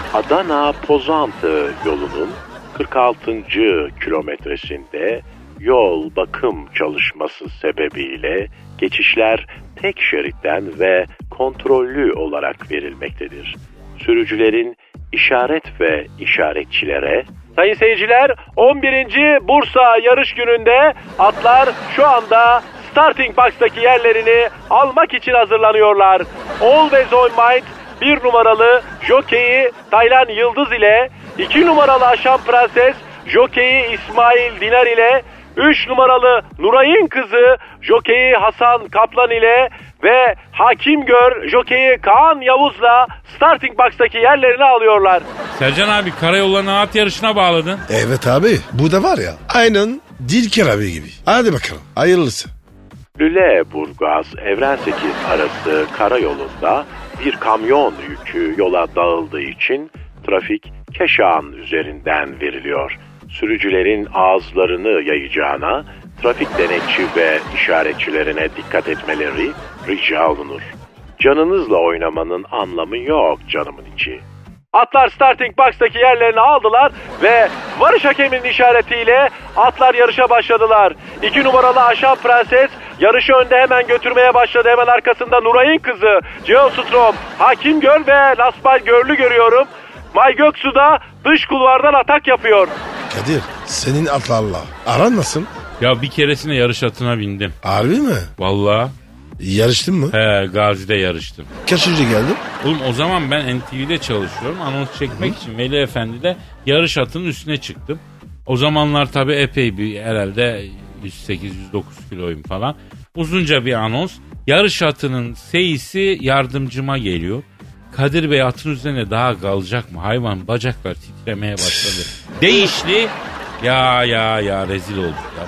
Adana-Pozantı yolunun kırk altıncı kilometresinde yol bakım çalışması sebebiyle geçişler tek şeritten ve kontrollü olarak verilmektedir. Sürücülerin işaret ve işaretçilere... Sayın seyirciler, on birinci Bursa yarış gününde atlar şu anda starting box'taki yerlerini almak için hazırlanıyorlar. Always on mind bir numaralı jokeyi Taylan Yıldız ile iki numaralı Aşam Prenses jokeyi İsmail Dinar ile üç numaralı Nuray'ın kızı jokeyi Hasan Kaplan ile ve Hakim Gör jokeyi Kaan Yavuz'la starting box'taki yerlerini alıyorlar. Sercan abi karayollarını at yarışına bağladın. Evet abi. Bu da var ya. Aynen Dilker abi gibi. Hadi bakalım. Hayırlısı. Lüleburgaz Evren sekiz arası karayolunda bir kamyon yükü yola dağıldığı için trafik Keşan üzerinden veriliyor. Sürücülerin ağızlarını yayacağına trafik denetçi ve işaretçilerine dikkat etmeleri rica olunur. Canınızla oynamanın anlamı yok canımın içi. Atlar starting box'taki yerlerini aldılar ve varış hakeminin işaretiyle atlar yarışa başladılar. İki numaralı Aşam Prenses yarışı önde hemen götürmeye başladı. Hemen arkasında Nuray'ın kızı Geostrom, Hakim Göl ve Lasbal Görlü görüyorum. May Göksu da dış kulvardan atak yapıyor. Kadir senin atlarla aran nasıl? Ya bir keresinde yarış atına bindim. Harbi mi? Vallahi. Yarıştın mı? He, Gazi'de yarıştım. Kaçıncı geldin? Oğlum o zaman ben N T V'de çalışıyorum. Anons çekmek Hı. için Veli Efendi'de yarış atının üstüne çıktım. O zamanlar tabii epey bir, herhalde yüz sekiz yüz dokuz kiloyum falan. Uzunca bir anons. Yarış atının seyisi yardımcıma geliyor. Kadir Bey atın üzerine daha kalacak mı? Hayvan bacaklar titremeye başladı. Değişti. Ya ya ya rezil olduk ya.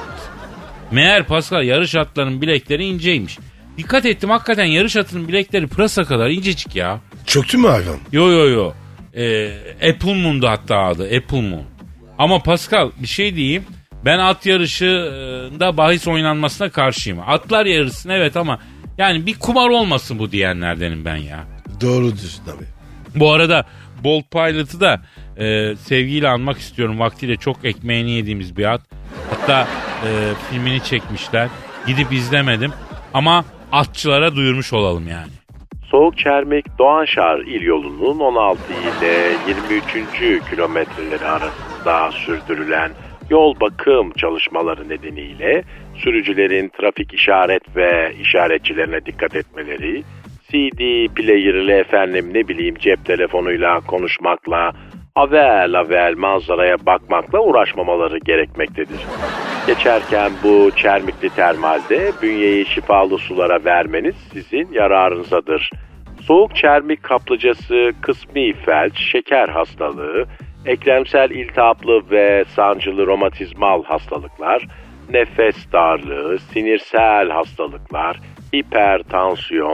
Meğer Pascal yarış atlarının bilekleri inceymiş. Dikkat ettim hakikaten yarış atının bilekleri pırasa kadar incecik ya. Çöktü mü hayvan? Yo yo yo. Ee, Apple Moon'du hatta adı. Apple Moon. Ama Pascal bir şey diyeyim. Ben at yarışında bahis oynanmasına karşıyım. Atlar yarışsın evet ama yani bir kumar olmasın bu diyenlerdenim ben ya. Doğrudur tabii. Bu arada Bolt Pilot'ı da e, sevgiyle anmak istiyorum. Vaktiyle çok ekmeğini yediğimiz bir at. Hatta e, filmini çekmişler. Gidip izlemedim. Ama atçılara duyurmuş olalım yani. Soğukçermek Doğanşar il yolunun on altı ile yirmi üçüncü kilometreleri arasında sürdürülen yol bakım çalışmaları nedeniyle sürücülerin trafik işaret ve işaretçilerine dikkat etmeleri, C D player ile efendim ne bileyim cep telefonuyla konuşmakla, avel avel manzaraya bakmakla uğraşmamaları gerekmektedir. Geçerken bu Çermikli Termal'de bünyeyi şifalı sulara vermeniz sizin yararınızadır. Soğuk çermik kaplıcası, kısmi felç, şeker hastalığı, eklemsel iltihaplı ve sancılı romatizmal hastalıklar, nefes darlığı, sinirsel hastalıklar, hipertansiyon,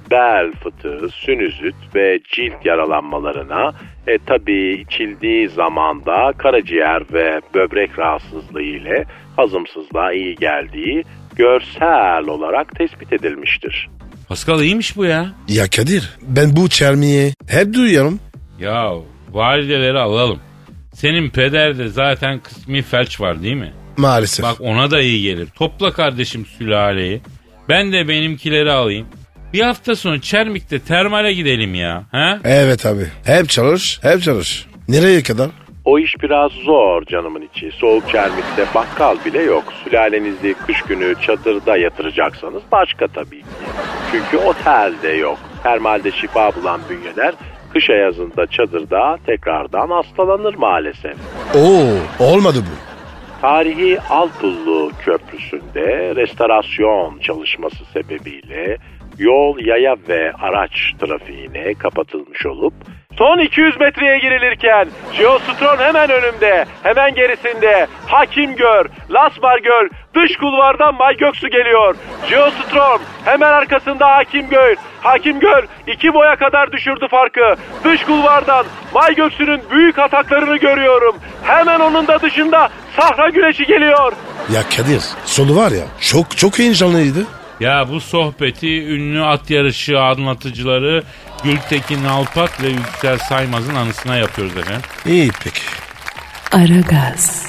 bel fıtığı, sinüzit ve cilt yaralanmalarına, e, tabii içildiği zamanda karaciğer ve böbrek rahatsızlığı ile hazımsızlığa iyi geldiği görsel olarak tespit edilmiştir. Pascal iyiymiş bu ya. Ya Kadir, ben bu çermiyi hep duyuyorum. Ya valideleri alalım. Senin pederde zaten kısmi felç var değil mi? Maalesef. Bak ona da iyi gelir. Topla kardeşim sülaleyi. Ben de benimkileri alayım. Bir hafta sonra Çermik'te termale gidelim ya. He? Evet abi. Hep çalış, hep çalış. Nereye kadar? O iş biraz zor canımın içi. Soğuk Çermik'te bakkal bile yok. Sülalenizi kış günü çadırda yatıracaksanız başka tabii ki. Çünkü otelde yok. Termalde şifa bulan bünyeler kış ayazında çadırda tekrardan hastalanır maalesef. Oo, olmadı bu. Tarihi Alpullu Köprüsü'nde restorasyon çalışması sebebiyle yol, yaya ve araç trafiğine kapatılmış olup son iki yüz metreye girilirken Geostron hemen önümde, hemen gerisinde Hakimgöl, Lasmargöl, dış kulvardan Bay Göksu geliyor. Geostron hemen arkasında Hakimgöl. Hakimgöl iki boya kadar düşürdü farkı. Dış kulvardan Bay Göksu'nun büyük ataklarını görüyorum. Hemen onun da dışında Sahra Güneşi geliyor. Ya Kadir, sonu var ya çok çok heyecanlıydı. Ya bu sohbeti ünlü at yarışı anlatıcıları Gültekin Alpat ve Yüksel Saymaz'ın anısına yapıyoruz efendim. İyi peki. Aragaz.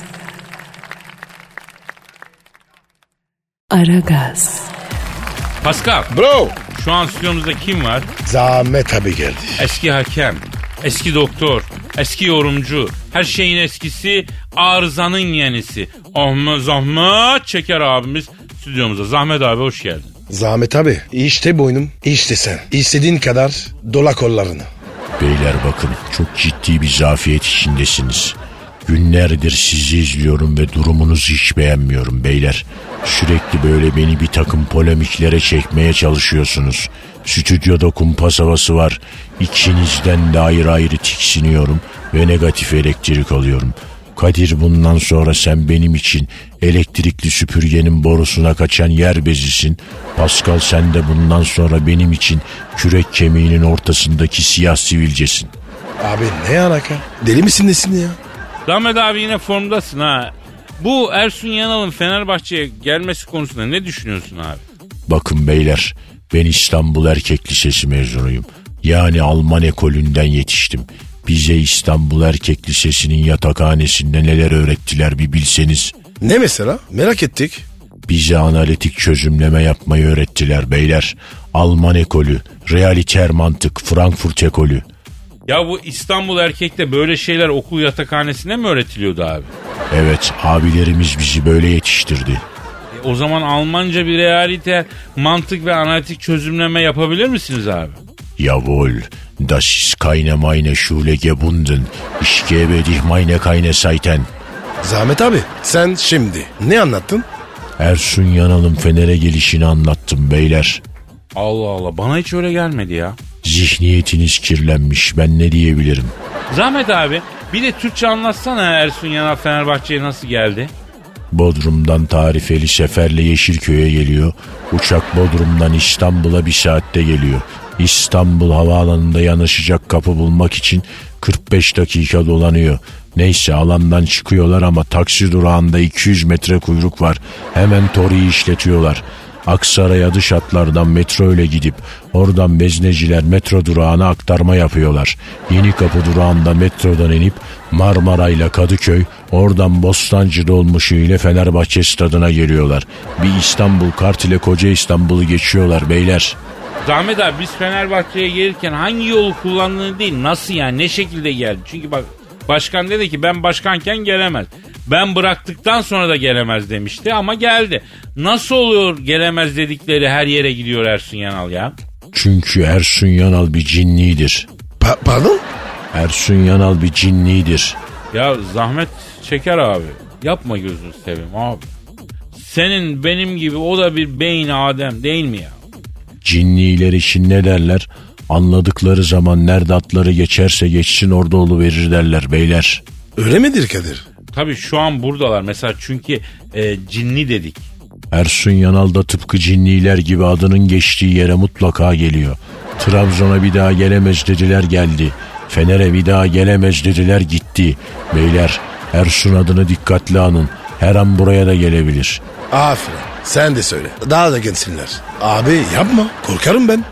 Aragaz. Pascal, Bro. şu an stüdyomuzda kim var? Zahmet abi geldi. Eski hakem, eski doktor, eski yorumcu, her şeyin eskisi, arızanın yenisi. Ahmet Zahmet Çeker abimiz stüdyomuza. Zahmet abi hoş geldin. Zahmet abi işte boynum, işte sen. İstediğin kadar dola kollarını. Beyler bakın çok ciddi bir zafiyet içindesiniz. Günlerdir sizi izliyorum ve durumunuzu hiç beğenmiyorum beyler. Sürekli böyle beni bir takım polemiklere çekmeye çalışıyorsunuz. Stüdyoda kumpas havası var. İkinizden de ayrı ayrı tiksiniyorum ve negatif elektrik alıyorum. Kadir bundan sonra sen benim için elektrikli süpürgenin borusuna kaçan yer bezisin. Pascal sen de bundan sonra benim için kürek kemiğinin ortasındaki siyah sivilcesin. Abi ne alaka? Deli misin nesin ya? Zahmet abi yine formdasın ha. Bu Ersun Yanal'ın Fenerbahçe'ye gelmesi konusunda ne düşünüyorsun abi? Bakın beyler, ben İstanbul Erkek Lisesi mezunuyum. Yani Alman ekolünden yetiştim. Bize İstanbul Erkek Lisesi'nin yatakhanesinde neler öğrettiler bir bilseniz. Ne mesela? Merak ettik. Bize analitik çözümleme yapmayı öğrettiler beyler. Alman ekolü, realiter mantık, Frankfurt ekolü. Ya bu İstanbul Erkek'te böyle şeyler okul yatakhanesinde mi öğretiliyordu abi? Evet, abilerimiz bizi böyle yetiştirdi. E, o zaman Almanca bir realite, mantık ve analitik çözümleme yapabilir misiniz abi? Jawohl, das ist keine meine Schule gebunden. Ich gebe dich meine keine Seiten. Zahmet abi sen şimdi ne anlattın? Ersun Yanal'ın Fener'e gelişini anlattım beyler. Allah Allah, bana hiç öyle gelmedi ya. Zihniyetiniz kirlenmiş, ben ne diyebilirim? Zahmet abi bir de Türkçe anlatsana, Ersun Yanal Fenerbahçe'ye nasıl geldi? Bodrum'dan tarifeli seferle Yeşilköy'e geliyor. Uçak Bodrum'dan İstanbul'a bir saatte geliyor. İstanbul havaalanında yanaşacak kapı bulmak için kırk beş dakika dolanıyor. Neyse alandan çıkıyorlar ama taksi durağında iki yüz metre kuyruk var. Hemen Tori'yi işletiyorlar. Aksaray'a dış hatlardan metro ile gidip oradan Bezneciler metro durağına aktarma yapıyorlar. Yenikapı durağında metrodan inip Marmara ile Kadıköy, oradan Bostancı dolmuşu ile Fenerbahçe stadına geliyorlar. Bir İstanbul kart ile koca İstanbul'u geçiyorlar beyler. Zahmet abi biz Fenerbahçe'ye gelirken hangi yolu kullandığını değil, nasıl yani, ne şekilde geldi? Çünkü bak başkan dedi ki ben başkanken gelemez. Ben bıraktıktan sonra da gelemez demişti ama geldi. Nasıl oluyor gelemez dedikleri her yere gidiyor Ersun Yanal ya? Çünkü Ersun Yanal bir cinnidir. Pa- pardon? Ersun Yanal bir cinnidir. Ya Zahmet Çeker abi yapma gözünü seveyim abi. Senin benim gibi o da bir beyin Adem değil mi ya? Cinniler için ne derler? Anladıkları zaman nerede atları geçerse geçsin orada oluverir derler beyler. Öyle midir Kadir? Tabii şu an buradalar mesela, çünkü e, cinni dedik. Ersun Yanal da tıpkı cinniler gibi adının geçtiği yere mutlaka geliyor. Trabzon'a bir daha gelemez dediler, geldi. Fener'e bir daha gelemez dediler, gitti. Beyler, Ersun adını dikkatli anın. Her an buraya da gelebilir. Aferin. Sen de söyle. Daha da gelsinler. Abi yapma. Korkarım ben.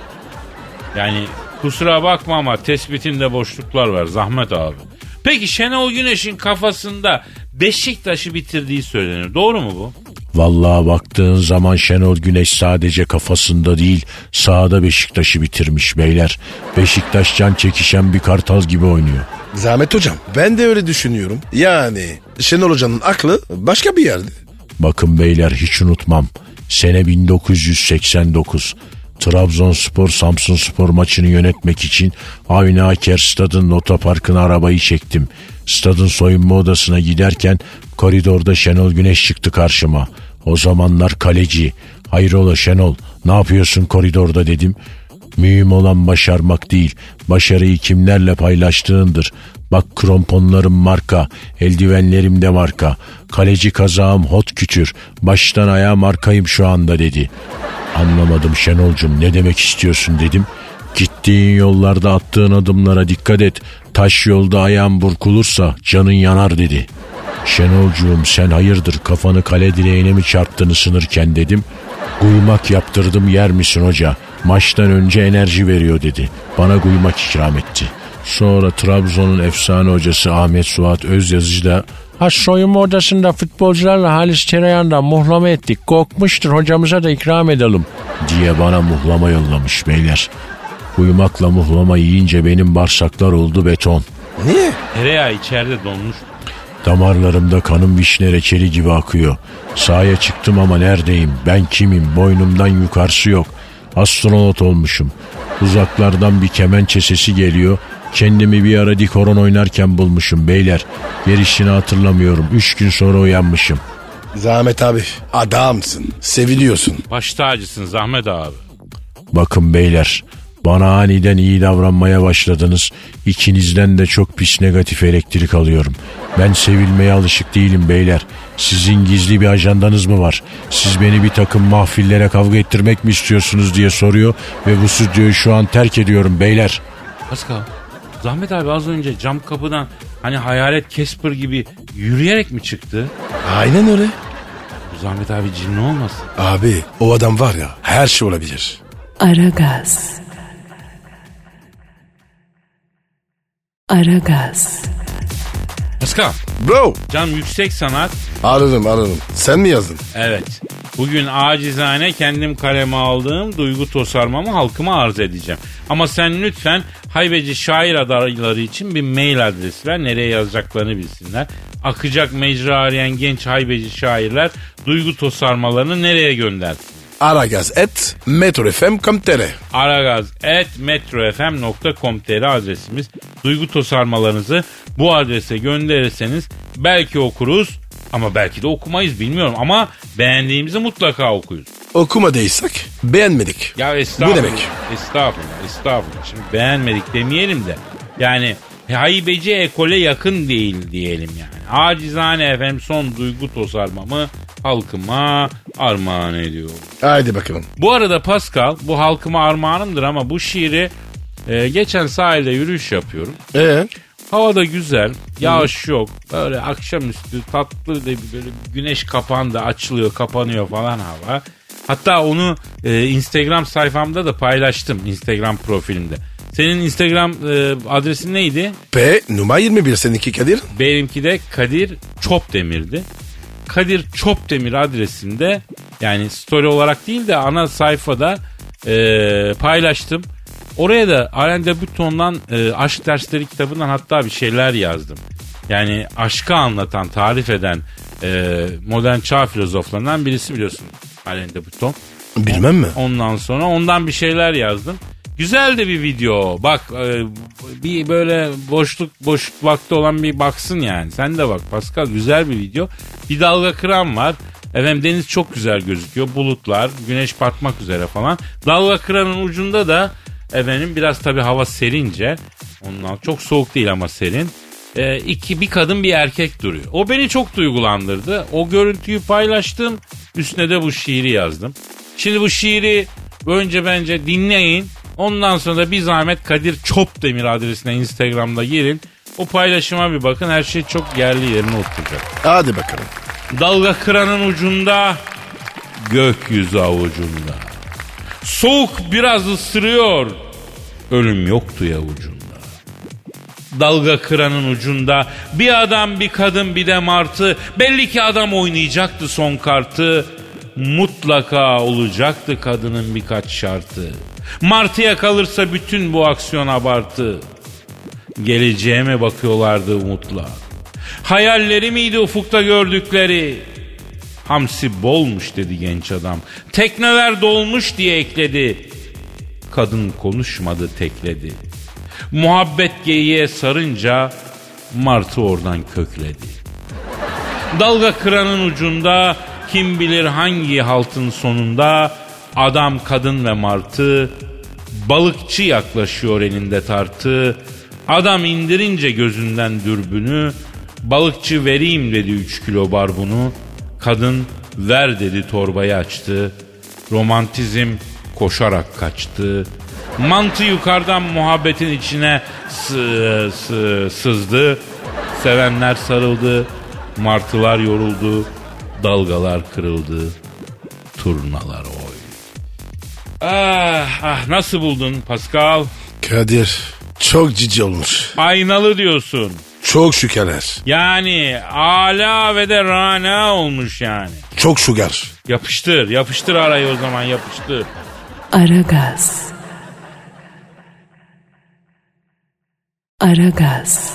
Yani kusura bakma ama tespitinde boşluklar var Zahmet abi. Peki Şenol Güneş'in kafasında Beşiktaş'ı bitirdiği söylenir. Doğru mu bu? Vallahi baktığın zaman Şenol Güneş sadece kafasında değil, sahada Beşiktaş'ı bitirmiş beyler. Beşiktaş can çekişen bir kartal gibi oynuyor. Zahmet hocam, ben de öyle düşünüyorum. Yani Şenol Hoca'nın aklı başka bir yerde. Bakın beyler, hiç unutmam. Sene bin dokuz yüz seksen dokuz. Trabzonspor Samsunspor maçını yönetmek için Avni Aker Stad'ın otoparkına arabayı çektim. Stadın soyunma odasına giderken koridorda Şenol Güneş çıktı karşıma. O zamanlar kaleci. Hayrola Şenol, ne yapıyorsun koridorda dedim. Mühim olan başarmak değil, başarıyı kimlerle paylaştığındır. Bak kramponlarım marka, eldivenlerim de marka. Kaleci kazağım hot kütür, baştan ayağa markayım şu anda dedi. Anlamadım Şenolcum, ne demek istiyorsun dedim. Gittiğin yollarda attığın adımlara dikkat et. Taş yolda ayağın burkulursa canın yanar dedi. Şenolcuğum sen hayırdır, kafanı kale direğine mi çarptın ısınırken dedim. Kuymak yaptırdım, yer misin hoca? Maçtan önce enerji veriyor dedi. Bana kuymak ikram etti. Sonra Trabzon'un efsane hocası Ahmet Suat Özyazıcı da ha soyunma odasında futbolcularla Halis Tereyağı'ndan muhlama ettik. Kokmuştur, hocamıza da ikram edelim diye bana muhlama yollamış beyler. Kuymakla muhlama yiyince benim bağırsaklar oldu beton. Niye? Tereyağı içeride donmuş. Damarlarımda kanım vişne reçeli gibi akıyor. Sahaya çıktım ama neredeyim? Ben kimim? Boynumdan yukarısı yok. Astronot olmuşum. Uzaklardan bir kemençe sesi geliyor. Kendimi bir ara dikoron oynarken bulmuşum beyler. Gerisini hatırlamıyorum. Üç gün sonra uyanmışım. Zahmet abi, adamsın. Seviliyorsun. Baş tacısın Zahmet abi. Bakın beyler, bana aniden iyi davranmaya başladınız. İkinizden de çok pis negatif elektrik alıyorum. Ben sevilmeye alışık değilim beyler. Sizin gizli bir ajandanız mı var? Siz beni bir takım mahfillere kavga ettirmek mi istiyorsunuz diye soruyor ve bu stüdyoyu şu an terk ediyorum beyler. Pascal, Zahmet abi az önce cam kapıdan hani hayalet Casper gibi yürüyerek mi çıktı? Aynen öyle. Bu Zahmet abi cinli olmasın? Abi o adam var ya, her şey olabilir. Aragaz. Aragaz. Pascal, Bro. cam yüksek sanat. Aradım aradım. Sen mi yazdın? Evet. Bugün acizane kendim kaleme aldığım duygu tosarmamı halkıma arz edeceğim. Ama sen lütfen haybeci şair adayları için bir mail adresi ver. Nereye yazacaklarını bilsinler. Akacak mecra arayan genç haybeci şairler duygu tosarmalarını nereye göndersin? Aragaz et metrofm nokta com nokta tr aragaz et metrofm nokta com nokta tr adresimiz. Duygu tosarmalarınızı bu adrese gönderirseniz belki okuruz ama belki de okumayız, bilmiyorum, ama beğendiğimizi mutlaka okuyuz. Okumadıysak beğenmedik. Ya estağfurullah. Bu demek. Estağfurullah, estağfurullah. Şimdi beğenmedik demeyelim de yani haybeci ekole yakın değil diyelim yani. Acizane efendim son duygu tosarmamı halkıma armağan ediyorum. Haydi bakalım. Bu arada Pascal, bu halkıma armağanımdır ama bu şiiri e, geçen sahilde yürüyüş yapıyorum. Ee? Hava da güzel, yağış yok, böyle akşamüstü tatlı, böyle güneş kapandı, açılıyor, kapanıyor falan hava. Hatta onu e, Instagram sayfamda da paylaştım, Instagram profilimde. Senin Instagram e, adresin neydi? P numara yirmi bir, seninki Kadir. Benimki de Kadir Çopdemir'di. Kadir Çopdemir adresinde, yani story olarak değil de ana sayfada e, paylaştım. Oraya da Alain de Botton'dan e, Aşk Dersleri kitabından hatta bir şeyler yazdım. Yani aşkı anlatan, tarif eden e, modern çağ filozoflarından birisi, biliyorsun Alain de Botton. Bilmem mi? Ondan sonra ondan bir şeyler yazdım. Güzel de bir video. Bak e, bir böyle boşluk boş vakti olan bir baksın yani. Sen de bak Pascal, güzel bir video. Bir dalga kıran var. Efendim deniz çok güzel gözüküyor. Bulutlar, güneş batmak üzere falan. Dalga kıranın ucunda da efendim biraz tabii hava serince. Ondan çok soğuk değil ama serin. E, iki bir kadın bir erkek duruyor. O beni çok duygulandırdı. O görüntüyü paylaştım. Üstüne de bu şiiri yazdım. Şimdi bu şiiri önce bence dinleyin. Ondan sonra da bir zahmet Kadir Çopdemir adresine Instagram'da girin. O paylaşıma bir bakın. Her şey çok yerli yerine oturacak. Hadi bakalım. Dalga kıranın ucunda, gökyüzü avucunda. Soğuk biraz ısırıyor, ölüm yoktu ya ucunda. Dalga kıranın ucunda bir adam, bir kadın, bir de martı. Belli ki adam oynayacaktı son kartı. Mutlaka olacaktı kadının birkaç şartı. Martıya kalırsa bütün bu aksiyon abartı. Geleceğime bakıyorlardı umutla. Hayalleri miydi ufukta gördükleri? Hamsi bolmuş dedi genç adam. Tekneler dolmuş diye ekledi. Kadın konuşmadı, tekledi. Muhabbet geyiğe sarınca martı oradan kökledi. Dalga kıranın ucunda kim bilir hangi haltın sonunda adam, kadın ve martı. Balıkçı yaklaşıyor elinde tartı. Adam indirince gözünden dürbünü. Balıkçı vereyim dedi üç kilo barbunu. Kadın ver dedi torbayı açtı. Romantizm koşarak kaçtı. Mantı yukarıdan muhabbetin içine sı- sı- sızdı. Sevenler sarıldı. Martılar yoruldu. Dalgalar kırıldı. Turnalar oy. Ah, ah nasıl buldun Pascal? Kadir çok cici olmuş. Aynalı diyorsun. Çok şükeler. Yani ala ve de rana olmuş yani. Çok şugar. Yapıştır, yapıştır arayı o zaman yapıştır. Aragaz. Aragaz.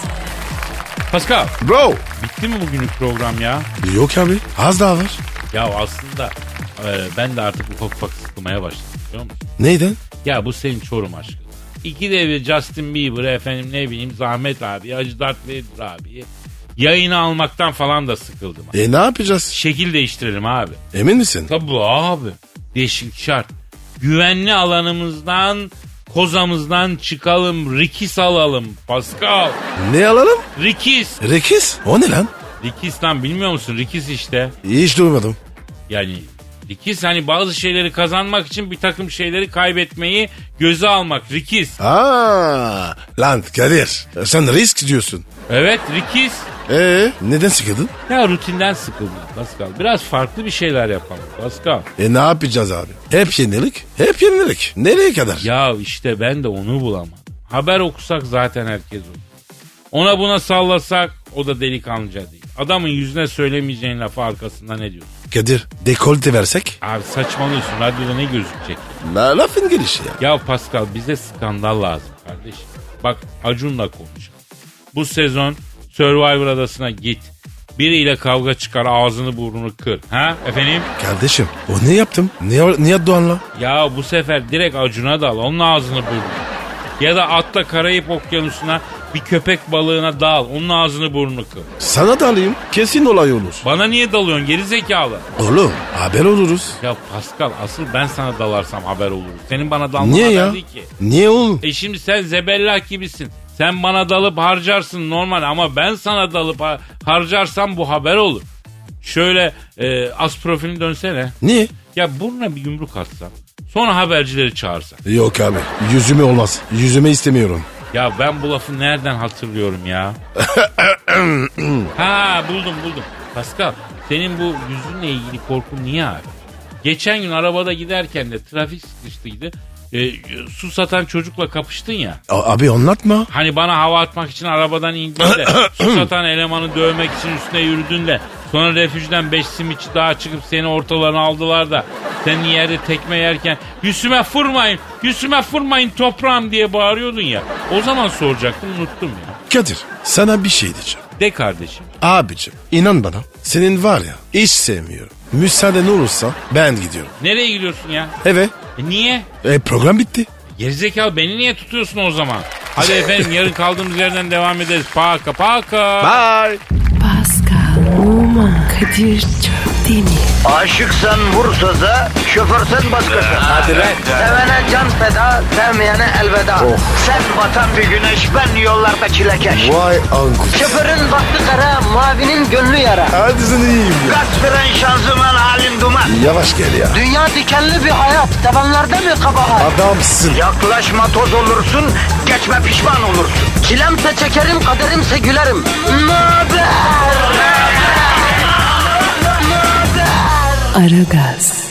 Pascal, Bro. bitti mi bugünlük program ya? Yok abi. Az daha var. Ya aslında e, ben de artık ufak ufak sıkılmaya başladım biliyor musun? Neyden? Ya bu senin Çorum aşkı. İki de bir Justin Bieber, efendim ne bileyim Zahmet abi, Hacı Dert Vedir abi. Yayını almaktan falan da sıkıldım. E ne yapacağız? Şekil değiştirelim abi. Emin misin? Tabii abi. Değişik şart. Güvenli alanımızdan, kozamızdan çıkalım, rikis alalım Pascal. Ne alalım? Rikis. Rekis? O ne lan? Rikis lan bilmiyor musun? Rikis işte. Hiç duymadım. Yani rikis hani bazı şeyleri kazanmak için bir takım şeyleri kaybetmeyi göze almak. Rikis. Aa, lan Kadir sen risk diyorsun. Evet rikis. Ee, neden sıkıldın? Ya rutinden sıkıldım Pascal. Biraz farklı bir şeyler yapalım Pascal. E ne yapacağız abi? Hep yenilik, hep yenilik. Nereye kadar? Ya işte ben de onu bulamadım. Haber okusak zaten herkes olur. Ona buna sallasak o da delikanlıca değil. Adamın yüzüne söylemeyeceğin lafı arkasında ne diyorsun? Kadir dekolte versek? Abi saçmalıyorsun. Radyoda ne gözükecek? La, lafın gelişi ya. Ya Pascal bize skandal lazım kardeşim. Bak Acun'la konuşalım. Bu sezon Survivor adasına git. Biriyle kavga çıkar, ağzını burnunu kır. Ha efendim? Kardeşim o ne yaptım? Niye, Nihat Doğan'la? Ya bu sefer direkt Acun'a dal. Onun ağzını burnunu. Ya da atla Karayip Okyanusu'na bir köpek balığına dal. Onun ağzını burnunu kır. Sana da alayım. Kesin olay olur. Bana niye dalıyorsun geri zekalı? Oğlum haber oluruz. Ya Pascal asıl ben sana dalarsam haber olur. Senin bana dalman Niye haber ya? değil ki. Niye oğlum? E şimdi sen zebellak gibisin. Sen bana dalıp harcarsın normal ama ben sana dalıp ha- harcarsam bu haber olur. Şöyle e, az profilini dönsene. Niye? Ya burnuna bir yumruk atsam. Sonra habercileri çağırsan. Yok abi yüzüme olmaz. Yüzüme istemiyorum. Ya ben bu lafı nereden hatırlıyorum ya? Ha buldum buldum. Pascal senin bu yüzünle ilgili korkun niye abi? Geçen gün arabada giderken de trafik sıkıştıydı. E, su satan çocukla kapıştın ya. A- abi anlatma. Hani bana hava atmak için arabadan indin de su satan elemanı dövmek için üstüne yürüdün de sonra refüjden beş simitçi daha çıkıp seni ortalarına aldılar da sen yerde tekme yerken yüzüme vurmayın, yüzüme vurmayın toprağım diye bağırıyordun ya. O zaman soracaktım unuttum ya. Kadir sana bir şey diyeceğim. De kardeşim. Abicim inan bana senin var ya hiç sevmiyorum. Müsaaden olursa ben gidiyorum. Nereye gidiyorsun ya? Evet. E niye? E, program bitti. Gerizekalı beni niye tutuyorsun o zaman? Hadi efendim yarın kaldığımız yerden devam ederiz. Paka paka. Bye. Pascal, Oman, Kadir çok Sabahleyin mi? Aşıksan vursa da, şoförsen başkasın. Hadi lan. Sevene can feda, sevmeyene elveda. Sen batan bir güneş, ben yollarda çilekeş. Vay anku. Şoförün baktı kara, mavinin gönlü yara. Hadi sen iyiyim ya. Kasperen şanzıman halin duman. Yavaş gel ya. Dünya dikenli bir hayat, sevenlerde mi kabahar? Adamsın. Yaklaşma toz olursun, geçme pişman olursun. Çilemse çekerim, kaderimse gülerim. Möber! Aragaz.